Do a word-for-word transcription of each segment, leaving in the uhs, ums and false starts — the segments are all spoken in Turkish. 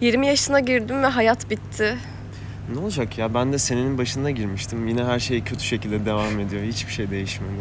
yirmi yaşına girdim ve hayat bitti. Ne olacak ya? Ben de senenin başında girmiştim. Yine her şey kötü şekilde devam ediyor. Hiçbir şey değişmedi.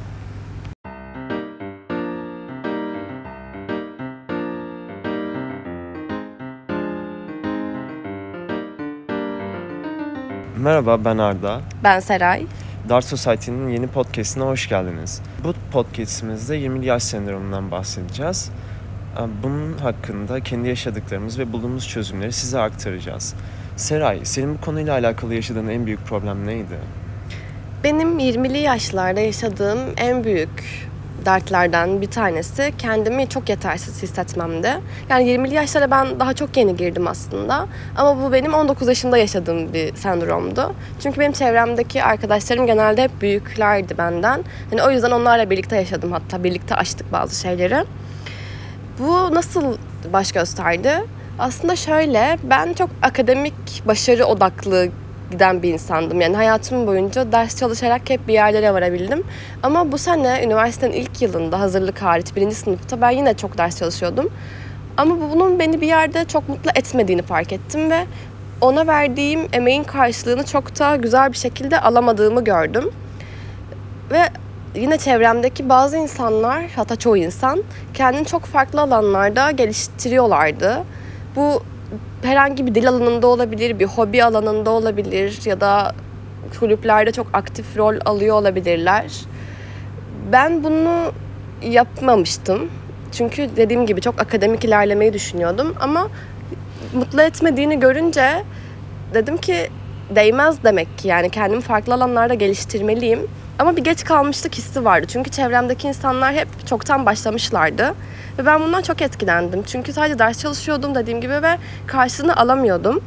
Merhaba, ben Arda. Ben Seray. Dark Society'nin yeni podcast'ine hoş geldiniz. Bu podcast'imizde yirmili yaş sendromundan bahsedeceğiz. Bunun hakkında kendi yaşadıklarımız ve bulduğumuz çözümleri size aktaracağız. Seray, senin bu konuyla alakalı yaşadığın en büyük problem neydi? Benim yirmili yaşlarda yaşadığım en büyük dertlerden bir tanesi kendimi çok yetersiz hissetmemdi. Yani yirmili yaşlara ben daha çok yeni girdim aslında. Ama bu benim on dokuz yaşında yaşadığım bir sendromdu. Çünkü benim çevremdeki arkadaşlarım genelde hep büyüklerdi benden. Yani o yüzden onlarla birlikte yaşadım, hatta birlikte aştık bazı şeyleri. Bu nasıl baş gösterdi? Aslında şöyle, ben çok akademik başarı odaklı giden bir insandım. Yani hayatım boyunca ders çalışarak hep bir yerlere varabildim. Ama bu sene üniversitenin ilk yılında, hazırlık hariç birinci sınıfta ben yine çok ders çalışıyordum. Ama bunun beni bir yerde çok mutlu etmediğini fark ettim ve ona verdiğim emeğin karşılığını çok da güzel bir şekilde alamadığımı gördüm. Ve yine çevremdeki bazı insanlar, hatta çoğu insan kendini çok farklı alanlarda geliştiriyorlardı. Bu herhangi bir dil alanında olabilir, bir hobi alanında olabilir ya da kulüplerde çok aktif rol alıyor olabilirler. Ben bunu yapmamıştım. Çünkü dediğim gibi çok akademik ilerlemeyi düşünüyordum ama mutlu etmediğini görünce dedim ki değmez demek ki, yani kendimi farklı alanlarda geliştirmeliyim. Ama bir geç kalmışlık hissi vardı. Çünkü çevremdeki insanlar hep çoktan başlamışlardı. Ve ben bundan çok etkilendim. Çünkü sadece ders çalışıyordum dediğim gibi ve karşılığını alamıyordum.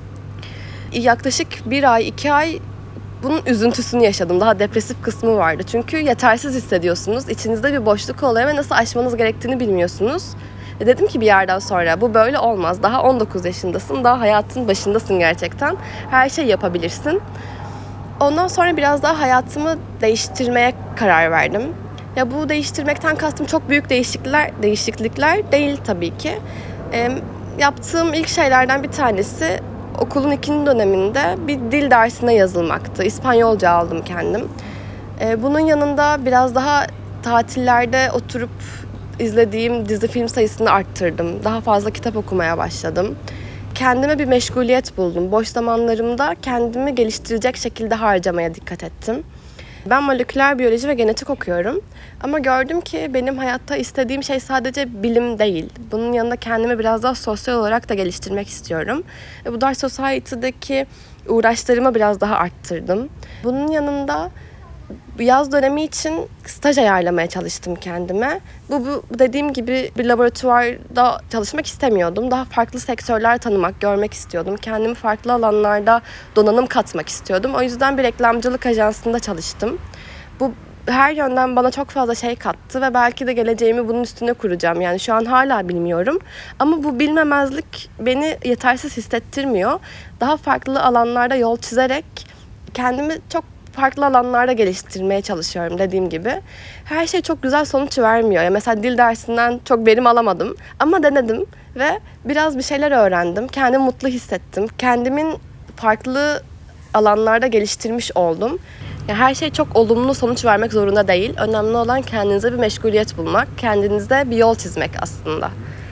Yaklaşık bir ay, iki ay bunun üzüntüsünü yaşadım. Daha depresif kısmı vardı. Çünkü yetersiz hissediyorsunuz. İçinizde bir boşluk oluyor ve nasıl aşmanız gerektiğini bilmiyorsunuz. Ve dedim ki bir yerden sonra bu böyle olmaz. Daha on dokuz yaşındasın. Daha hayatın başındasın gerçekten. Her şey yapabilirsin. Ondan sonra biraz daha hayatımı değiştirmeye karar verdim. Ya bu değiştirmekten kastım çok büyük değişiklikler değişiklikler değil tabii ki. E, yaptığım ilk şeylerden bir tanesi okulun ikinci döneminde bir dil dersine yazılmaktı. İspanyolca aldım kendim. E, bunun yanında biraz daha tatillerde oturup izlediğim dizi film sayısını arttırdım. Daha fazla kitap okumaya başladım. Kendime bir meşguliyet buldum. Boş zamanlarımda kendimi geliştirecek şekilde harcamaya dikkat ettim. Ben moleküler biyoloji ve genetik okuyorum. Ama gördüm ki benim hayatta istediğim şey sadece bilim değil. Bunun yanında kendimi biraz daha sosyal olarak da geliştirmek istiyorum. Ve bu Dark Society'deki uğraşlarımı biraz daha arttırdım. Bunun yanında yaz dönemi için staj ayarlamaya çalıştım kendime. Bu, bu dediğim gibi bir laboratuvarda çalışmak istemiyordum. Daha farklı sektörler tanımak, görmek istiyordum. Kendimi farklı alanlarda donanım katmak istiyordum. O yüzden bir reklamcılık ajansında çalıştım. Bu her yönden bana çok fazla şey kattı ve belki de geleceğimi bunun üstüne kuracağım. Yani şu an hala bilmiyorum. Ama bu bilmemezlik beni yetersiz hissettirmiyor. Daha farklı alanlarda yol çizerek kendimi çok farklı alanlarda geliştirmeye çalışıyorum dediğim gibi. Her şey çok güzel sonuç vermiyor. Yani mesela dil dersinden çok verim alamadım ama denedim ve biraz bir şeyler öğrendim. Kendimi mutlu hissettim. Kendimin farklı alanlarda geliştirmiş oldum. Yani her şey çok olumlu sonuç vermek zorunda değil. Önemli olan kendinize bir meşguliyet bulmak, kendinize bir yol çizmek aslında.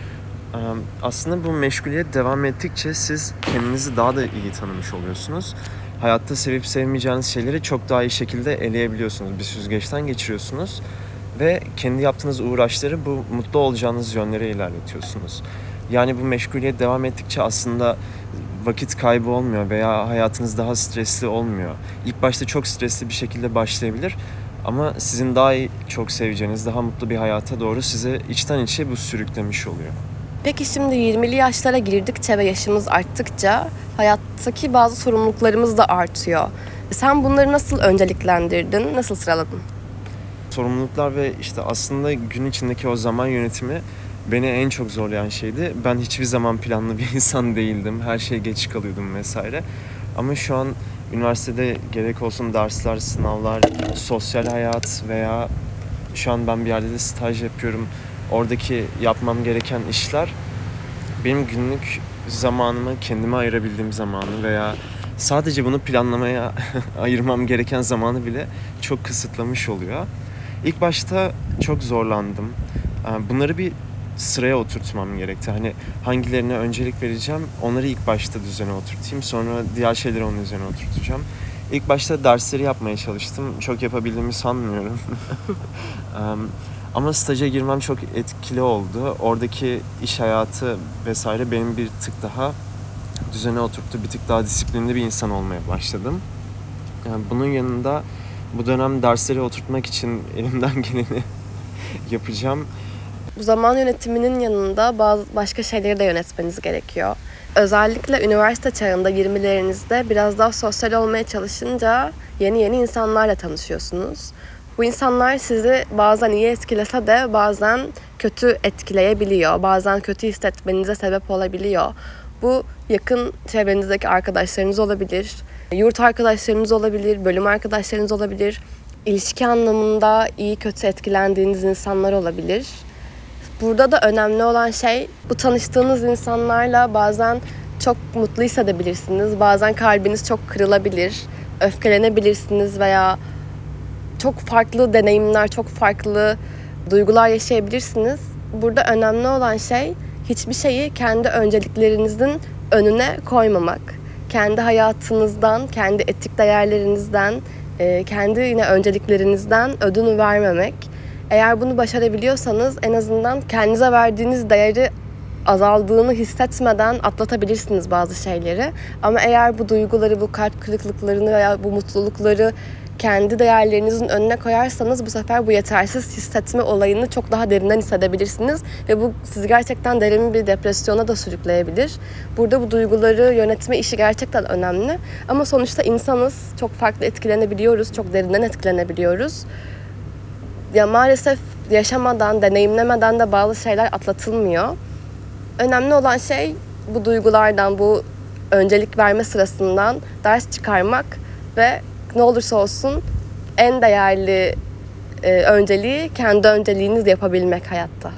Aslında bu meşguliyet devam ettikçe siz kendinizi daha da iyi tanımış oluyorsunuz. Hayatta sevip sevmeyeceğiniz şeyleri çok daha iyi şekilde eleyebiliyorsunuz. Bir süzgeçten geçiriyorsunuz ve kendi yaptığınız uğraşları bu mutlu olacağınız yönlere ilerletiyorsunuz. Yani bu meşguliyet devam ettikçe aslında vakit kaybı olmuyor veya hayatınız daha stresli olmuyor. İlk başta çok stresli bir şekilde başlayabilir ama sizin daha iyi, çok seveceğiniz, daha mutlu bir hayata doğru size içten içe bu sürüklemiş oluyor. Peki şimdi yirmili yaşlara girdikçe ve yaşımız arttıkça hayattaki bazı sorumluluklarımız da artıyor. Sen bunları nasıl önceliklendirdin, nasıl sıraladın? Sorumluluklar ve işte aslında gün içindeki o zaman yönetimi beni en çok zorlayan şeydi. Ben hiçbir zaman planlı bir insan değildim. Her şeye geç kalıyordum vesaire. Ama şu an üniversitede gerek olsun dersler, sınavlar, sosyal hayat veya şu an ben bir yerde de staj yapıyorum. Oradaki yapmam gereken işler benim günlük zamanımı, kendime ayırabildiğim zamanı veya sadece bunu planlamaya ayırmam gereken zamanı bile çok kısıtlamış oluyor. İlk başta çok zorlandım. Bunları bir sıraya oturtmam gerekti. Hani hangilerine öncelik vereceğim, onları ilk başta düzene oturtayım. Sonra diğer şeyleri onun üzerine oturtacağım. İlk başta dersleri yapmaya çalıştım. Çok yapabildiğimi sanmıyorum. Ama staja girmem çok etkili oldu. Oradaki iş hayatı vesaire benim bir tık daha düzene oturttu. Bir tık daha disiplinli bir insan olmaya başladım. Yani bunun yanında bu dönem dersleri oturtmak için elimden geleni yapacağım. Bu zaman yönetiminin yanında bazı başka şeyleri de yönetmeniz gerekiyor. Özellikle üniversite çağında yirmilerinizde biraz daha sosyal olmaya çalışınca yeni yeni insanlarla tanışıyorsunuz. Bu insanlar sizi bazen iyi etkilese de bazen kötü etkileyebiliyor. Bazen kötü hissetmenize sebep olabiliyor. Bu yakın çevrenizdeki arkadaşlarınız olabilir, yurt arkadaşlarınız olabilir, bölüm arkadaşlarınız olabilir. İlişki anlamında iyi kötü etkilendiğiniz insanlar olabilir. Burada da önemli olan şey, bu tanıştığınız insanlarla bazen çok mutlu hissedebilirsiniz. Bazen kalbiniz çok kırılabilir, öfkelenebilirsiniz veya çok farklı deneyimler, çok farklı duygular yaşayabilirsiniz. Burada önemli olan şey, hiçbir şeyi kendi önceliklerinizin önüne koymamak. Kendi hayatınızdan, kendi etik değerlerinizden, kendi yine önceliklerinizden ödün vermemek. Eğer bunu başarabiliyorsanız en azından kendinize verdiğiniz değeri azaldığını hissetmeden atlatabilirsiniz bazı şeyleri. Ama eğer bu duyguları, bu kalp kırıklıklarını veya bu mutlulukları kendi değerlerinizin önüne koyarsanız bu sefer bu yetersiz hissetme olayını çok daha derinden hissedebilirsiniz. Ve bu sizi gerçekten derin bir depresyona da sürükleyebilir. Burada bu duyguları yönetme işi gerçekten önemli. Ama sonuçta insanız, çok farklı etkilenebiliyoruz, çok derinden etkilenebiliyoruz. Ya maalesef yaşamadan, deneyimlemeden de bazı şeyler atlatılmıyor. Önemli olan şey bu duygulardan, bu öncelik verme sırasından ders çıkarmak ve ne olursa olsun en değerli e, önceliği kendi önceliğiniz yapabilmek hayatta.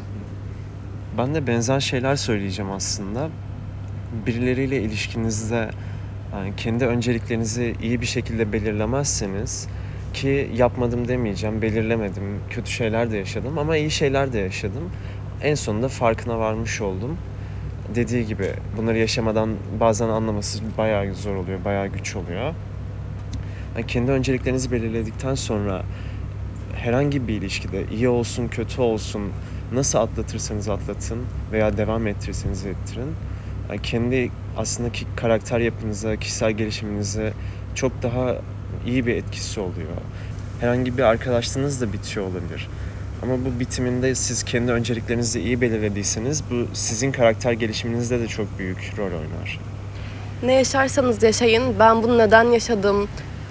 Ben de benzer şeyler söyleyeceğim aslında. Birileriyle ilişkinizde yani kendi önceliklerinizi iyi bir şekilde belirlemezseniz, ki yapmadım demeyeceğim, belirlemedim, kötü şeyler de yaşadım ama iyi şeyler de yaşadım. En sonunda farkına varmış oldum. Dediği gibi bunları yaşamadan bazen anlaması bayağı zor oluyor, bayağı güç oluyor. Yani kendi önceliklerinizi belirledikten sonra herhangi bir ilişkide iyi olsun, kötü olsun, nasıl atlatırsanız atlatın veya devam ettirirseniz ettirin. Yani kendi aslında ki karakter yapınıza, kişisel gelişiminize çok daha iyi bir etkisi oluyor. Herhangi bir arkadaşlığınız da bitiyor olabilir. Ama bu bitiminde siz kendi önceliklerinizi iyi belirlediyseniz bu sizin karakter gelişiminizde de çok büyük rol oynar. Ne yaşarsanız yaşayın, ben bunu neden yaşadım,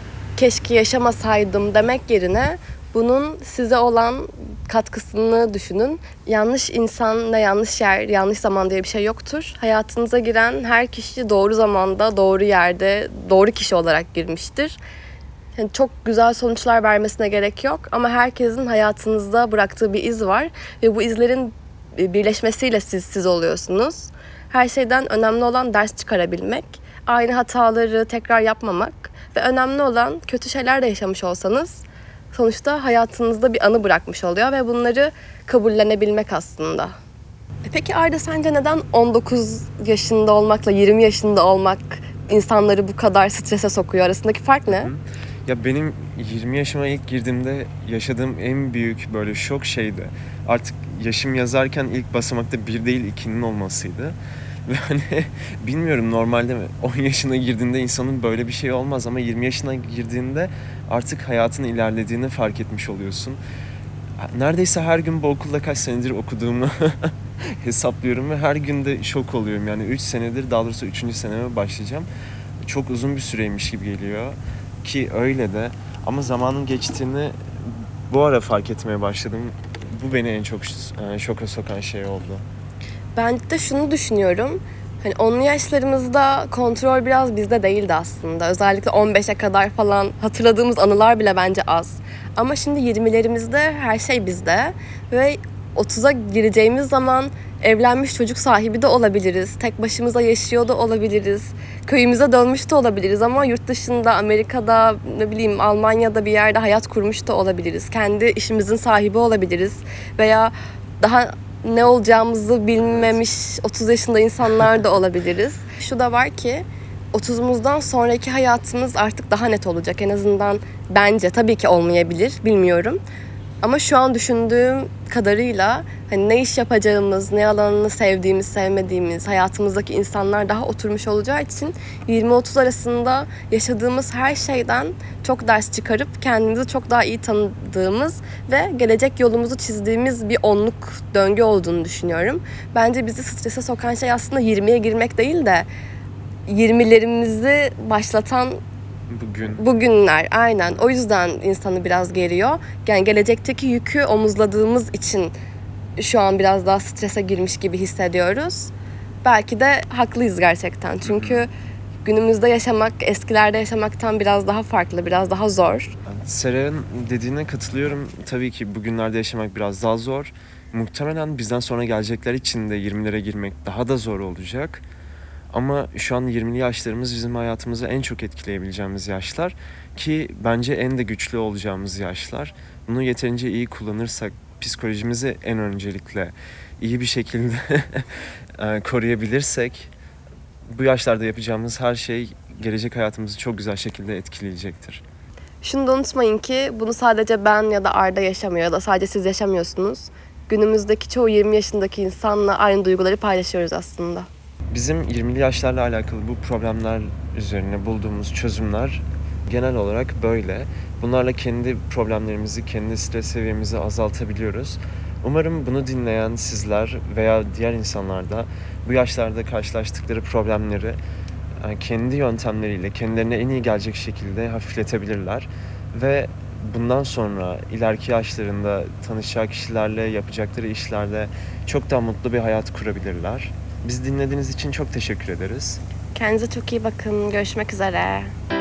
keşke yaşamasaydım demek yerine bunun size olan katkısını düşünün. Yanlış insan ve yanlış yer, yanlış zaman diye bir şey yoktur. Hayatınıza giren her kişi doğru zamanda, doğru yerde, doğru kişi olarak girmiştir. Yani çok güzel sonuçlar vermesine gerek yok ama herkesin hayatınızda bıraktığı bir iz var ve bu izlerin birleşmesiyle siz siz oluyorsunuz. Her şeyden önemli olan ders çıkarabilmek, aynı hataları tekrar yapmamak ve önemli olan kötü şeyler de yaşamış olsanız sonuçta hayatınızda bir anı bırakmış oluyor ve bunları kabullenebilmek aslında. E peki Arda, sence neden on dokuz yaşında olmakla yirmi yaşında olmak insanları bu kadar strese sokuyor? Arasındaki fark ne? Ya benim yirmi yaşıma ilk girdiğimde yaşadığım en büyük böyle şok şeydi. Artık yaşım yazarken ilk basamakta bir değil ikinin olmasıydı. Ve hani bilmiyorum, normalde mi? on yaşına girdiğinde insanın böyle bir şey olmaz ama yirmi yaşına girdiğinde artık hayatın ilerlediğini fark etmiş oluyorsun. Neredeyse her gün bu okulda kaç senedir okuduğumu hesaplıyorum ve her günde şok oluyorum. Yani üç senedir, daha doğrusu üçüncü seneme başlayacağım. Çok uzun bir süreymiş gibi geliyor ki öyle de, ama zamanın geçtiğini bu ara fark etmeye başladım. Bu beni en çok şoka sokan şey oldu. Ben de şunu düşünüyorum. Hani onlu yaşlarımızda kontrol biraz bizde değildi aslında. Özellikle on beşe kadar falan hatırladığımız anılar bile bence az. Ama şimdi yirmilerimizde her şey bizde ve otuza gireceğimiz zaman evlenmiş çocuk sahibi de olabiliriz. Tek başımıza yaşıyor da olabiliriz. Köyümüze dönmüş de olabiliriz ama yurt dışında, Amerika'da, ne bileyim Almanya'da bir yerde hayat kurmuş da olabiliriz. Kendi işimizin sahibi olabiliriz. Veya daha ne olacağımızı bilmemiş otuz yaşında insanlar da olabiliriz. Şu da var ki otuzumuzdan sonraki hayatımız artık daha net olacak. En azından bence, tabii ki olmayabilir, bilmiyorum. Ama şu an düşündüğüm kadarıyla hani ne iş yapacağımız, ne alanını sevdiğimiz, sevmediğimiz, hayatımızdaki insanlar daha oturmuş olacağı için yirmi otuz arasında yaşadığımız her şeyden çok ders çıkarıp kendimizi çok daha iyi tanıdığımız ve gelecek yolumuzu çizdiğimiz bir onluk döngü olduğunu düşünüyorum. Bence bizi strese sokan şey aslında yirmiye girmek değil de yirmilerimizi başlatan Bugün bugünler, aynen. O yüzden insanı biraz geriyor. Yani gelecekteki yükü omuzladığımız için şu an biraz daha strese girmiş gibi hissediyoruz. Belki de haklıyız gerçekten. Çünkü günümüzde yaşamak, eskilerde yaşamaktan biraz daha farklı, biraz daha zor. Seray'ın dediğine katılıyorum. Tabii ki bugünlerde yaşamak biraz daha zor. Muhtemelen bizden sonra gelecekler için de yirmilere girmek daha da zor olacak. Ama şu an yirmili yaşlarımız bizim hayatımızı en çok etkileyebileceğimiz yaşlar. Ki bence en de güçlü olacağımız yaşlar. Bunu yeterince iyi kullanırsak, psikolojimizi en öncelikle iyi bir şekilde koruyabilirsek, bu yaşlarda yapacağımız her şey gelecek hayatımızı çok güzel şekilde etkileyecektir. Şunu da unutmayın ki bunu sadece ben ya da Arda yaşamıyor ya da sadece siz yaşamıyorsunuz. Günümüzdeki çoğu yirmi yaşındaki insanla aynı duyguları paylaşıyoruz aslında. Bizim yirmili yaşlarla alakalı bu problemler üzerine bulduğumuz çözümler genel olarak böyle. Bunlarla kendi problemlerimizi, kendi stres seviyemizi azaltabiliyoruz. Umarım bunu dinleyen sizler veya diğer insanlar da bu yaşlarda karşılaştıkları problemleri kendi yöntemleriyle kendilerine en iyi gelecek şekilde hafifletebilirler. Ve bundan sonra ileriki yaşlarında tanışacağı kişilerle yapacakları işlerde çok daha mutlu bir hayat kurabilirler. Bizi dinlediğiniz için çok teşekkür ederiz. Kendinize çok iyi bakın. Görüşmek üzere.